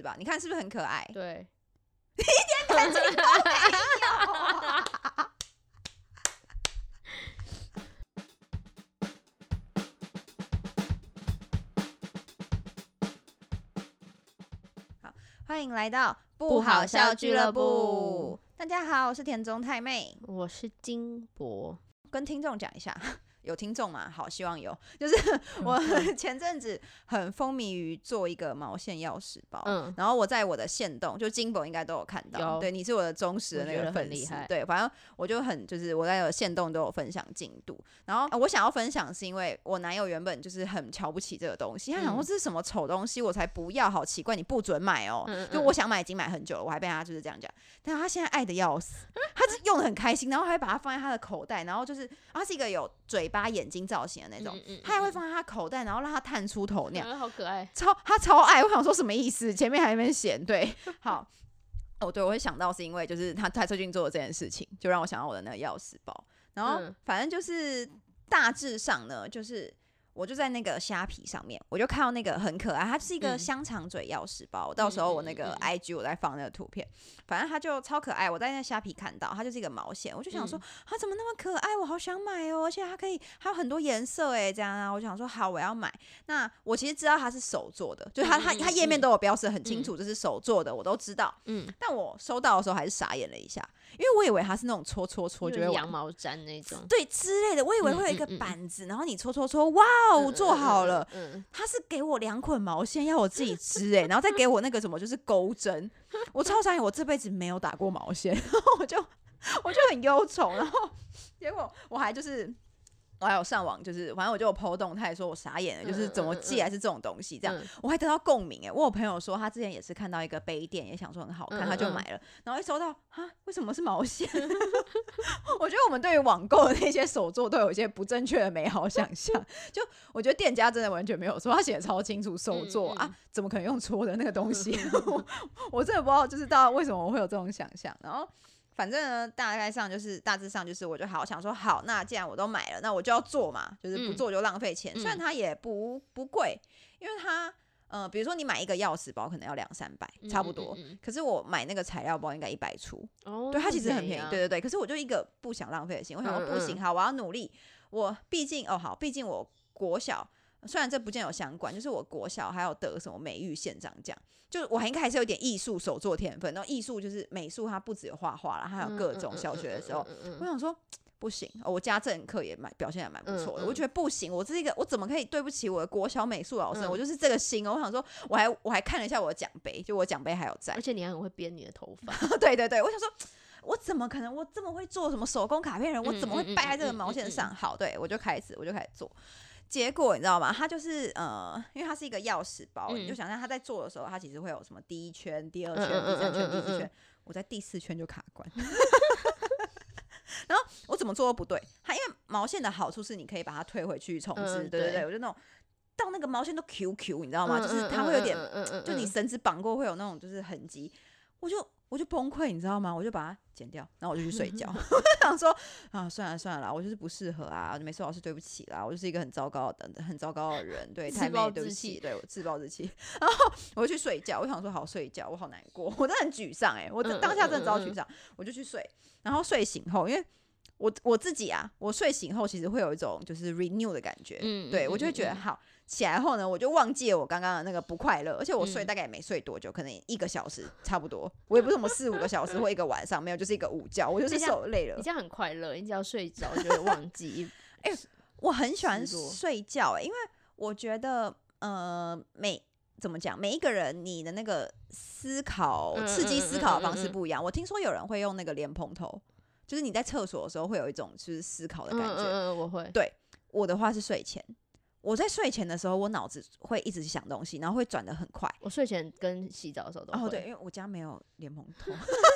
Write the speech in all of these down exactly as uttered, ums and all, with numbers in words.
吧？你看是不是很可爱？ 对， 你一点感情都没有啊！好，欢迎来到不好笑俱乐部。大家好，我是田中太妹， 我是金箔。 跟听众讲一下。有听众吗？好，希望有。就是我前阵子很风靡于做一个毛线钥匙包，嗯，然后我在我的限动，就金箔应该都有看到，对，你是我的忠实的那个粉丝，对，反正我就很就是我在我的限动都有分享进度。然后、啊、我想要分享是因为我男友原本就是很瞧不起这个东西，他想说这是什么丑东西，我才不要，好奇怪，你不准买哦。嗯嗯就我想买已经买很久了，我还被他就是这样讲，但他现在爱的要死，他用的很开心，然后还把它放在他的口袋，然后就是、啊、他是一个有嘴巴。眼睛造型的那种，嗯嗯嗯、他还会放在他口袋，然后让他探出头那样， 嗯、好可爱， 超他超爱。我想说什么意思？前面还在那边嫌对，好哦，对，我会想到是因为就是他他最近做的这件事情，就让我想到我的那个钥匙包。然后、嗯、反正就是大致上呢，就是我就在那个虾皮上面，我就看到那个很可爱，它是一个香肠嘴钥匙包。嗯、到时候我那个 I G 我再放那个图片，反正它就超可爱。我在那虾皮看到，它就是一个毛线，我就想说它、嗯、怎么那么可爱，我好想买哦！而且它可以还有很多颜色哎，这样啊，我想说好，我要买。那我其实知道它是手做的，就是它它它页面都有标示很清楚，这是手做的，我都知道。嗯，但我收到的时候还是傻眼了一下。因为我以为它是那种搓搓搓就会羊毛毡那种， 对之类的，我以为会有一个板子，嗯嗯嗯、然后你搓搓搓，哇哦，做好了。嗯嗯嗯、他是给我两捆毛线要我自己织哎、欸，然后再给我那个什么就是钩针，我超傻眼，我这辈子没有打过毛线，然后我就我就很忧愁，然后结果我还就是。我还有上网，就是反正我就有 po 动态说我傻眼了，就是怎么寄来是这种东西，这样、嗯、我还得到共鸣哎。我有朋友说他之前也是看到一个杯垫，也想说很好看，他就买了，然后一收到哈，为什么是毛线？我觉得我们对于网购的那些手作都有一些不正确的美好想象，就我觉得店家真的完全没有说，他写的超清楚手作、嗯嗯、啊，怎么可能用搓的那个东西？我, 我真的不知道，就是大家为什么我会有这种想象，然后。反正呢，大概上就是大致上就是，我就好想说，好，那既然我都买了，那我就要做嘛，就是不做就浪费钱。嗯、虽然它也不不贵，因为它呃，比如说你买一个钥匙包可能要两三百，差不多。嗯嗯嗯、可是我买那个材料包应该一百出，哦，对，它其实很便宜，对对对。可是我就一个不想浪费的心，我想说不行，好，我要努力。我毕竟哦好，毕竟我国小。虽然这不见有相关，就是我国小还有得什么美育县长奖，就我应该还是有点艺术手作天分。然后艺术就是美术，它不只有画画啦，它还有各种。小学的时候，我想说不行，哦、我家政课也蛮表现还蛮不错的。嗯嗯、我觉得不行，我这是一个我怎么可以对不起我的国小美术老师？嗯、我就是这个心哦。我想说，我还我还看了一下我的奖杯，就我奖杯还有在， 而且你还很会编你的头发。 对对对，我想说。我怎么可能？我这么会做什么手工卡片人？我怎么会掰在这个毛线上？好，对我就开始，我就开始做。结果你知道吗？它就是呃，因为它是一一个钥匙包，嗯、你就想象它在做的时候，它其实会有什么第一圈、第二圈、嗯、第三圈、第四圈，我在第四圈就卡关。然后我怎么做都不对，它因为毛线的好处是你可以把它退回去重织，嗯、对对对，我就那种到那个毛线都 Q Q， 你知道吗？嗯、就是它会有点，嗯嗯、就你绳子绑过会有那种就是痕迹，我就。我就崩溃，你知道吗？我就把它剪掉，然后我就去睡觉。我想说啊，算了算了啦，我就是不适合啊，美术老师对不起啦，我就是一个很糟糕的、很糟糕的人，对，太妹对不起，对我自暴自弃。然后我就去睡觉，我想说好睡觉，我好难过，我真的很沮丧哎、欸，我当下真的超沮丧，我就去睡。然后睡醒后，因为我我自己啊，我睡醒后其实会有一种就是 renew 的感觉，嗯、对我就会觉得好。起来后呢，我就忘记了我刚刚的那个不快乐，而且我睡大概也没睡多久，嗯、可能一个小时差不多，我也不是什么四五个小时或一个晚上，没有，就是一个午觉，我就是手累了。 你这样很快乐，你只要睡着就会忘记。 哎、欸，我很喜欢睡觉、欸，因为我觉得呃每怎么讲，每一个人你的那个思考、刺激思考的方式不一样。我听说有人会用那个莲蓬头，就是你在厕所的时候会有一种就是思考的感觉。 嗯嗯嗯，我会。 对，我的话是睡前。我在睡前的时候，我脑子会一直想东西，然后会转得很快。 我睡前跟洗澡的时候都会。 哦，对，因为我家没有莲蓬头。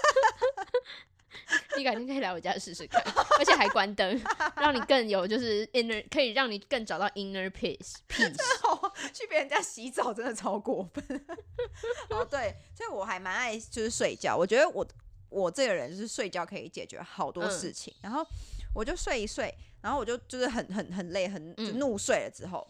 你改天可以来我家试试看，而且还关灯，让你更有就是 inner， 可以让你更找到 inner peace peace。 去别人家洗澡真的超过分。哦，对，所以我还蛮爱就是睡觉。我觉得我我这个人就是睡觉可以解决好多事情，嗯、然后我就睡一睡。然后我就就是很很很累，很就怒睡了之后，嗯、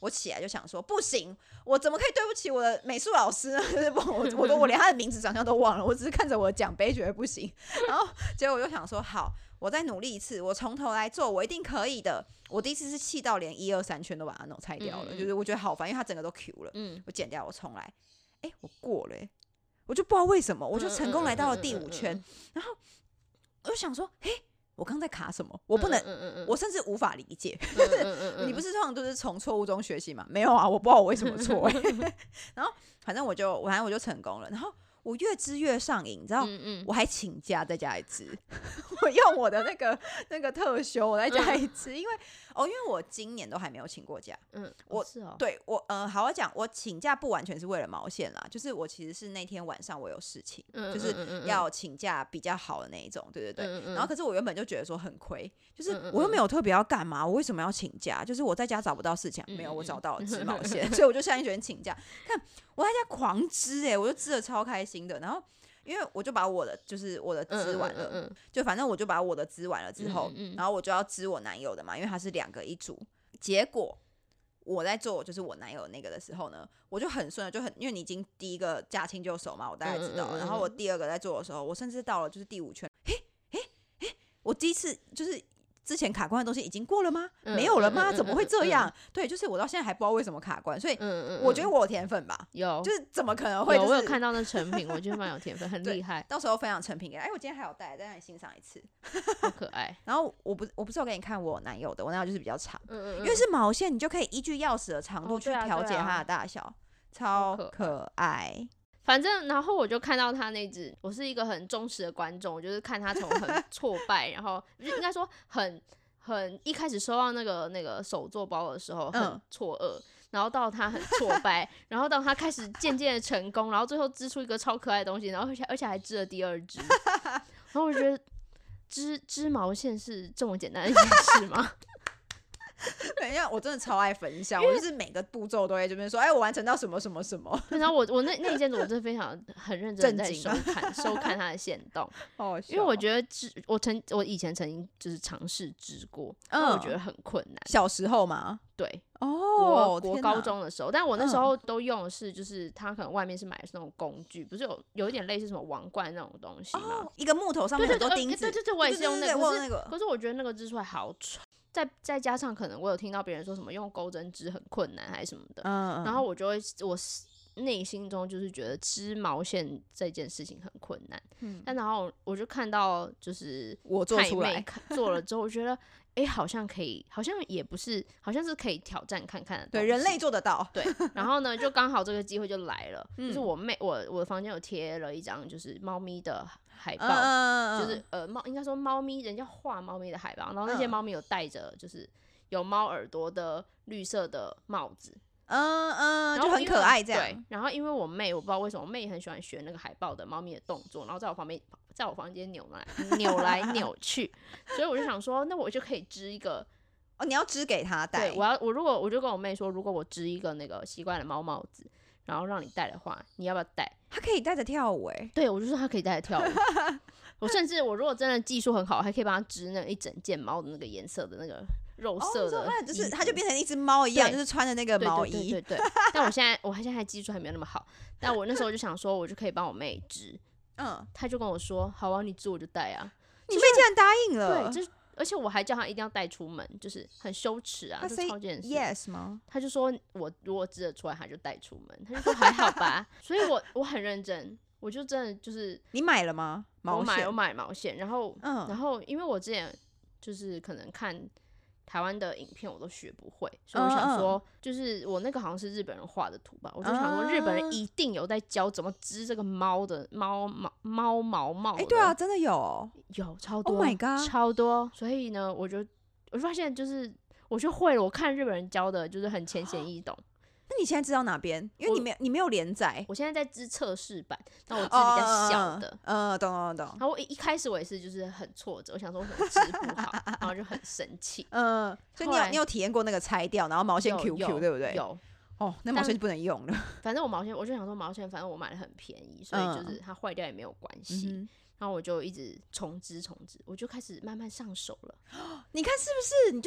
我起来就想说，不行，我怎么可以对不起我的美术老师呢？就是我我都我连他的名字长相都忘了，我只是看着我的奖杯觉得不行。然后结果我就想说，好，我再努力一次，我从头来做，我一定可以的。我第一次是气到连一二三圈都把它弄拆掉了，嗯嗯就是我觉得好烦，因为它整个都 Q 了。嗯，我剪掉，我重来，哎、欸，我过了、欸，我就不知道为什么，我就成功来到了第五圈，然后我就想说，哎、欸。我刚在卡什么？我不能，嗯嗯嗯我甚至无法理解。嗯嗯嗯你不是通常都是从错误中学习吗？没有啊，我不知道我为什么错、欸。然后反正我就，反正我就成功了。然后我越织越上瘾，你知道？嗯嗯我还请假在家里织，我用我的那个那个特休，我在家里织，因为哦，因为我今年都还没有请过假。嗯，我是哦，对我呃，好好讲，我请假不完全是为了毛线啦，就是我其实是那天晚上我有事情，嗯、就是要请假比较好的那一种，对对对。嗯嗯然后可是我原本就觉得说很亏，就是我又没有特别要干嘛，我为什么要请假？就是我在家找不到事情，没有，我找到了织毛线，所以我就下定决心请假。看我在家狂织哎、欸，我就织得超开心的，然后。因为我就把我的就是我的织完了，嗯嗯嗯就反正我就把我的织完了之后，嗯嗯然后我就要织我男友的嘛，因为他是两个一组。结果我在做就是我男友那个的时候呢，我就很顺了，就很因为你已经第一个驾轻就熟嘛，我大概知道了。嗯嗯嗯嗯然后我第二个在做的时候，我甚至到了就是第五圈，嘿嘿嘿，我第一次就是。之前卡关的东西已经过了吗？嗯、没有了吗？怎么会这样？嗯嗯嗯、对，就是我到现在还不知道为什么卡关，所以我觉得我有天分吧。有，就是怎么可能会、就是？ 有，我有看到那成品，我觉得蛮有天分，很厉害。 到时候分享成品给他。哎，我今天还有带，再让你欣赏一次， 好可爱。 然后我不，我不是有给你看我男友的，我男友就是比较长，嗯嗯嗯因为是毛线，你就可以依据钥匙的长度去调节它的大小，哦啊啊、超可爱。 反正，然后我就看到他那只，我是一个很忠实的观众，我就是看他从很挫败，然后应该说很。很一开始收到那个那个手作包的时候很错愕，嗯、然后到他很挫败，然后到他开始渐渐的成功，然后最后织出一个超可爱的东西，然后而且而且还织了第二只，然后我觉得织织毛线是这么简单的一件事吗？ 对，因为我真的超爱分享，我就是每个步骤都会这边说，哎，我完成到什么什么什么。 然后我我那那一件子我真的非常很认真在收看收看他的限动，哦、因为我觉得织我曾我以前曾经就是尝试织过，嗯，我觉得很困难。 小时候吗？ 对， 哦， 我国高中的时候，但我那时候都用的是，就是他可能外面是买的是那种工具，不是有有一点类似什么王冠那种东西吗？ 哦、一个木头上面很多钉子， 对对对，我也是用那个，可是可是我觉得那个织出来好丑。再再加上可能我有听到别人说什么用钩针织很困难还是什么的，嗯、然后我就会我内心中就是觉得织毛线这件事情很困难，嗯、但然后我就看到就是我做出来做了之后，我觉得哎、欸、好像可以，好像也不是，好像是可以挑战看看的， 对，人类做得到， 对。然后呢，就刚好这个机会就来了，嗯、就是我妹我我的房间有贴了一张就是猫咪的海报，嗯、就是呃猫应该说猫咪人家画猫咪的海报，然后那些猫咪有戴着就是有猫耳朵的绿色的帽子。 嗯嗯，就很可爱这样。 对，然后因为我妹，我不知道为什么，我妹也很喜欢学那个海豹的猫咪的动作，然后在我旁边，在我房间扭来扭来扭去，所以我就想说，那我就可以织一个。 哦，你要织给她戴。 对，我要我如果我就跟我妹说，如果我织一个那个奇怪的猫帽子，然后让你戴的话，你要不要戴？ 她可以戴着跳舞哎。 对，我就说她可以戴着跳舞。我甚至我如果真的技术很好，还可以帮她织那一整件猫的那个颜色的那个。肉色的、哦， 就是它就变成一只猫一样，就是穿着那个毛衣。 对对对对对但我现在我现在技术还没有那么好，但我那时候就想说，我就可以帮我妹织。嗯，她就跟我说：“好啊，你织我就带啊。” 你妹竟然答应了。 对，就是而且我还叫她一定要带出门，就是很羞耻啊，就超件事。 Yes 吗？ 她就说我如果织得出来，她就带出门。她就说还好吧。所以我我很认真，我就真的就是你买了吗？毛线我买我买毛线，然后、嗯、然后因为我之前就是可能看。台湾的影片我都学不会，所以我想说，就是我那个好像是日本人画的图吧，我就想说日本人一定有在教怎么织这个猫的猫毛猫毛帽。 哎，对啊，真的有、哦， 有超多 ，Oh my god， 超多。所以呢，我就我就发现就是我就会了，我看日本人教的就是很浅显易懂。 那你现在知道哪边？因为你没有你没有连载。 我现在在织测试版，那我织比较小的。 嗯、呃，懂懂懂。 然后我一开始我也是就是很挫折，我想说我怎么织不好，然后就很生气。 嗯、呃，所以你有你有体验过那个拆掉，然后毛线 Q Q 对不对？ 有。 哦，那毛线就不能用了。 反正我毛线，我就想说毛线，反正我买的很便宜，所以就是它坏掉也没有关系。嗯、然后我就一直重织重织，我就开始慢慢上手了。 你看是不是？你就是。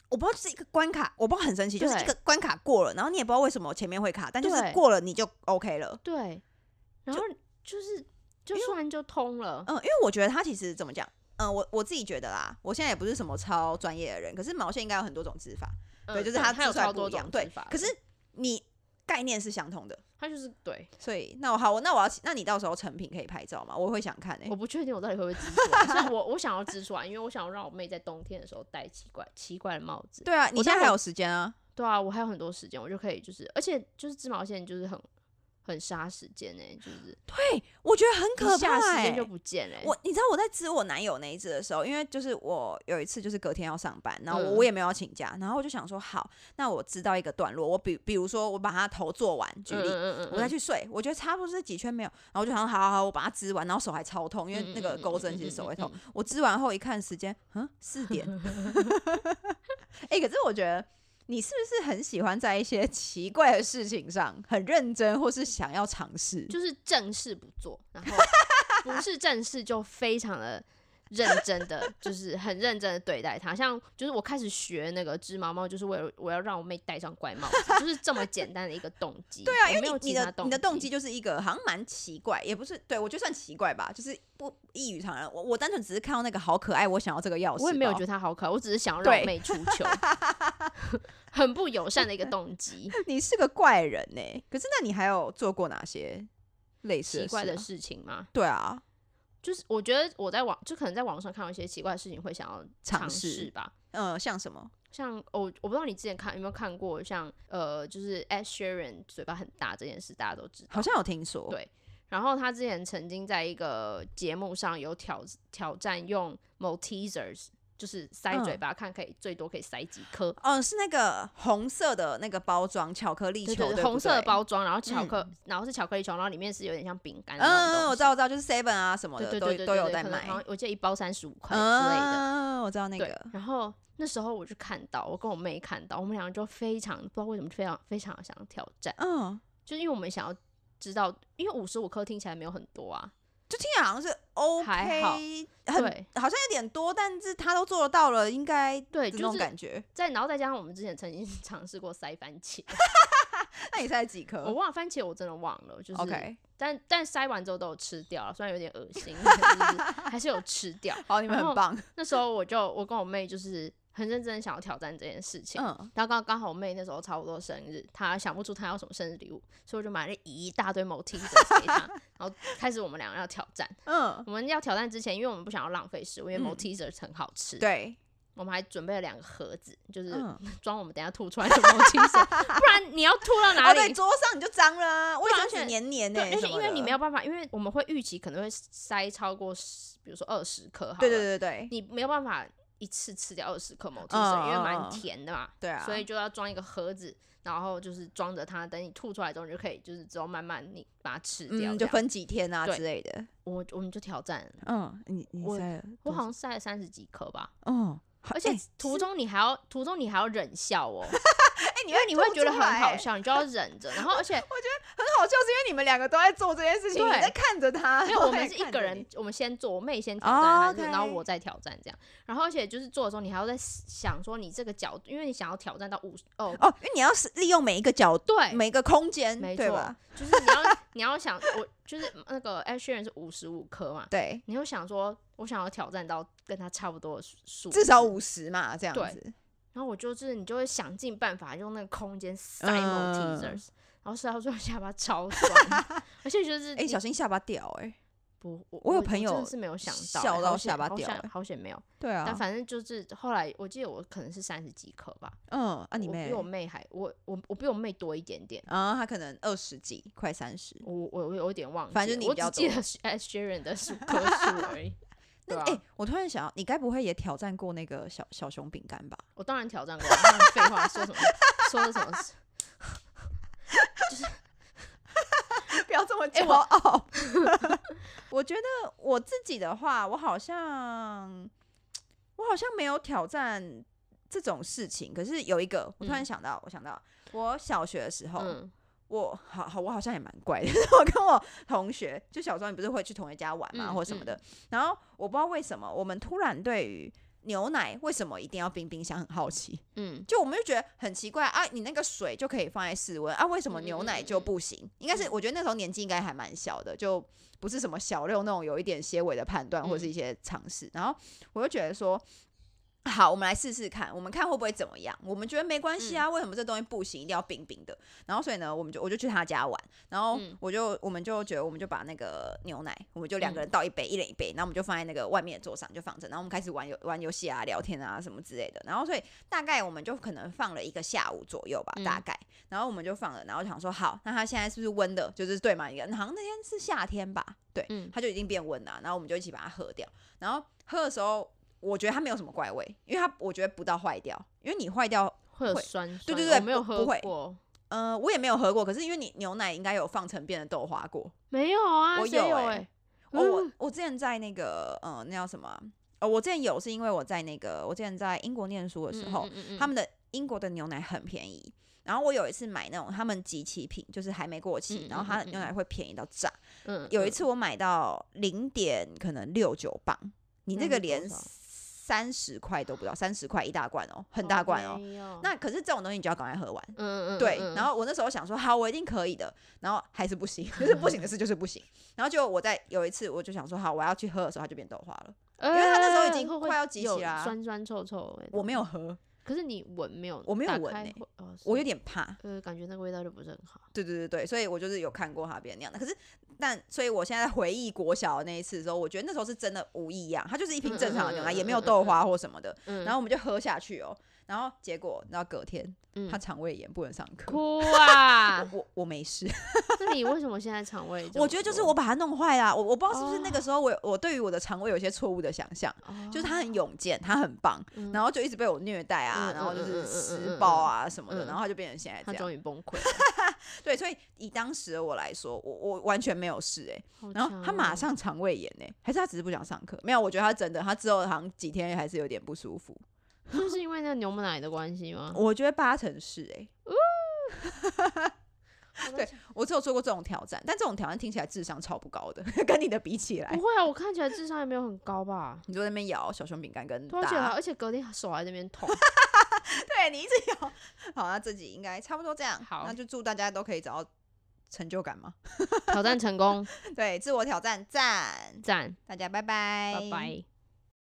我不知道就是一个关卡，我不知道很神奇，就是一个关卡过了，然后你也不知道为什么前面会卡，但就是过了你就 OK 了。 对，然后就是就突然就通了。 嗯，因为我觉得它其实怎么讲，嗯，我我自己觉得啦，我现在也不是什么超专业的人，可是毛线应该有很多种织法，嗯、对，就是它织出来不一样，对，可是你概念是相同的。 它就是对， 所以那我好，那我要，那你到时候成品可以拍照吗？我会想看诶、欸。 我不确定我到底会不会织出来，所以我我想要织出来，因为我想要让我妹在冬天的时候戴奇怪奇怪的帽子。 对啊，你现在还有时间啊？ 对啊，我还有很多时间，我就可以就是，而且就是织毛线就是很很杀时间哎、欸，就是对，我觉得很可怕、欸， 一下时间就不见了、欸。 我你知道我在织我男友那一只的时候，因为就是我有一次就是隔天要上班，然后我,、嗯、我也没有要请假，然后我就想说好，那我织到一个段落，我比比如说我把它头做完，举例，嗯嗯嗯我再去睡，我觉得差不多是几圈没有，然后我就想说好好好，我把它织完，然后手还超痛，因为那个钩针其实手会痛。嗯嗯嗯嗯我织完后一看时间，嗯，四点。哎、欸，可是我觉得。你是不是很喜欢在一些奇怪的事情上很认真，或是想要尝试？ 就是正事不做，然后不是正事就非常的认真的，就是很认真的对待它。像就是我开始学那个织毛毛，就是为了我要让我妹戴上怪帽子，就是这么简单的一个动机。 对啊，因为你你的你的动机就是一个好像蛮奇怪，也不是对我觉得算奇怪吧，就是不异于常人。我我单纯只是看到那个好可爱，我想要这个钥匙。 我也没有觉得它好可爱，我只是想要让我妹出糗。很不友善的一个动机。 你是个怪人呢、欸，可是那你还有做过哪些类似的奇怪的事情吗？ 对啊， 就是我觉得我在网就可能在网上看到一些奇怪的事情，会想要尝试吧。 呃，像什么？ 像我、哦、我不知道你之前看有没有看过，像呃，就是 Ed Sheeran 嘴巴很大这件事，大家都知道， 好像有听说。 对，然后他之前曾经在一个节目上有挑挑战用 Maltesers。就是塞嘴巴、嗯、看可以最多可以塞几颗。 哦，是那个红色的那个包装巧克力球， 对对对， 对对红色的包装，然后巧克、嗯，然后是巧克力球，然后里面是有点像饼干的那种东西。 嗯，我知道，我知道，就是 Seven 啊什么的， 对对对对对都都有在卖。 好像我记得一包三十五块之类的。 嗯，我知道那个。 然后那时候我就看到，我跟我妹看到，我们两个就非常不知道为什么非常非常想挑战。嗯，就是因为我们想要知道，因为五十五颗听起来没有很多啊。 就听起来好像是 OK， 还好， 很好像有点多，但是他都做得到了，应该对那种感觉。 就是、在然后再加上我们之前曾经尝试过塞番茄， 那你塞几颗？ 我忘了番茄，我真的忘了。就是 OK， 但但塞完之后都有吃掉了，虽然有点恶心，但是还是有吃掉。 好，你们很棒。 那时候我就我跟我妹就是很认真想要挑战这件事情，嗯，然后刚刚好我妹那时候差不多生日，她想不出她要什么生日礼物，所以我就买了一大堆 Maltesers 给她，然后开始我们两个要挑战。嗯，我们要挑战之前，因为我们不想要浪费食物，因为 Maltesers 很好吃，嗯，对，我们还准备了两个盒子，就是装我们等一下吐出来的 Maltesers， 不然你要吐到哪里？ 哦，对，桌上你就脏了啊，卫生纸黏黏的， 而且因为你没有办法，因为我们会预期可能会塞超过比如说二十颗， 对对对对， 你没有办法一次吃掉二十颗 Maltesers，嗯，因为蛮甜的嘛， 对啊， 所以就要装一个盒子，然后就是装着它，等你吐出来之后，你就可以就是之后慢慢你把它吃掉， 嗯，就分几天啊之类的。 我我们就挑战， 嗯，你你塞了我，我好像塞了三十几颗吧，嗯，而且途中你还要、欸、途中你还要忍笑哦。 哎、欸， 因为你会觉得很好笑，你就要忍着。然后，而且我觉得很好笑，是因为你们两个都在做这件事情，你在看着他。 因为我们是一个人，我们先做，我妹先挑战， oh, okay. 然后我再挑战这样。然后，而且就是做的时候，你还要在想说你这个角度，因为你想要挑战到五十哦哦，因为你要利用每一个角度， 对， 每个空间， 没错， 就是你要你要想，我就是那个 Ed Sheeran 是五十五颗嘛， 对， 你就想说，我想要挑战到跟他差不多的数， 至少五十嘛，这样子。 然后我就是你就会想尽办法用那个空间塞 Maltesers，嗯，然后塞到最后下巴超酸，而且就是哎、欸，小心下巴掉哎，欸！ 不，我我有朋友真的是没有想到笑到下巴掉， 好险没有。 对啊， 但反正就是后来我记得我可能是三十几颗吧。 嗯，啊，你妹我比我妹还我我我比我妹多一点点啊，她可能二十几，快三十。 我我有点忘记， 反正你我只记得 Ed Sheeran 的颗数而已。 那哎、啊欸，我突然想到，你该不会也挑战过那个小小熊饼干吧？ 我当然挑战过，废话说什么说的什么事，就是不要这么骄傲。欸、我, 我觉得我自己的话，我好像我好像没有挑战这种事情。可是有一个，我突然想到，嗯、我想到我小学的时候。嗯我好好，我好像也蛮怪的。我跟我同学，就小时候你不是会去同学家玩嘛，嗯、或什么的。然后我不知道为什么，我们突然对于牛奶为什么一定要冰冰箱？很好奇。 嗯， 就我们就觉得很奇怪啊，你那个水就可以放在室温啊，为什么牛奶就不行？嗯嗯嗯嗯应该是我觉得那时候年纪应该还蛮小的，就不是什么小六那种有一点些微的判断或者是一些尝试。然后我就觉得说。好，我们来试试看，我们看会不会怎么样？我们觉得没关系啊，嗯、为什么这东西不行，一定要冰冰的？然后所以呢，我们就我就去他家玩，然后我就、嗯、我们就觉得我们就把那个牛奶，我们就两个人倒一杯，嗯、一人一杯，然后我们就放在那个外面的桌上就放着，然后我们开始玩游玩游戏啊、聊天啊什么之类的。然后所以大概我们就可能放了一个下午左右吧，嗯、大概，然后我们就放了，然后想说好，那它现在是不是温的？就是对嘛，一个好像那天是夏天吧，对，嗯、它就已经变温了，然后我们就一起把它喝掉，然后喝的时候。我觉得它没有什么怪味，因为它我觉得不到坏掉，因为你坏掉会有酸酸， 对对对， 我没有喝过， 呃，我也没有喝过，可是因为你牛奶应该有放成变的豆花过， 没有啊， 我有哎、欸哦，我我之前在那个呃那叫什么，呃，我之前有是因为我在那个我之前在英国念书的时候，嗯嗯嗯嗯他们的英国的牛奶很便宜。然后我有一次买那种他们即期品，就是还没过期，嗯嗯嗯嗯然后它的牛奶会便宜到炸。嗯嗯有一次我买到零点可能六九磅，你那个连三十块都不到，三十块一大罐哦，很大罐哦。哦那可是这种东西你就要赶快喝完。嗯嗯对。然后我那时候想说，好，我一定可以的。然后还是不行，就是不行的事就是不行。然后就我在有一次我就想说，好，我要去喝的时候，它就变豆花了，因为它那时候已经快要集齐啦、啊， 酸酸臭臭的味道。 我没有喝。 可是你闻没有？ 我没有闻诶、欸哦，我有点怕。 呃，感觉那个味道就不是很好。 对对对对，所以我就是有看过它变那样的。可是，但所以我现在回忆国小的那一次的时候，我觉得那时候是真的无异样，它就是一瓶正常的牛奶，嗯嗯嗯嗯嗯也没有豆花或什么的。嗯、然后我们就喝下去哦，然后结果，然后隔天、嗯、他肠胃炎不能上课， 哭啊！ 我我, 我没事。 那你为什么现在肠胃？ 我觉得就是我把它弄坏啦。我我不知道是不是那个时候我、哦、我对于我的肠胃有些错误的想象，哦、就是它很勇健，它很棒，嗯、然后就一直被我虐待啊，嗯、然后就是施暴啊什么的，嗯、然后它就变成现在这样。 他终于崩溃了。 对，所以以当时的我来说，我我完全没有事哎、欸。然后他马上肠胃炎哎、欸，还是他只是不想上课？没有，我觉得他真的，他之后好像几天还是有点不舒服。 就是因为那个牛奶的关系吗？ 我觉得八成是哎、欸。对，我只有做过这种挑战，但这种挑战听起来智商超不高的，跟你的比起来。 不会啊，我看起来智商也没有很高吧？ 你就在那边咬小熊饼干跟打， 而且而且隔天手还在那边痛。 对，你一直咬。好，那这集应该差不多这样。好，那就祝大家都可以找到成就感嘛。 挑战成功。 对，自我挑战赞赞， 大家拜拜， 拜拜。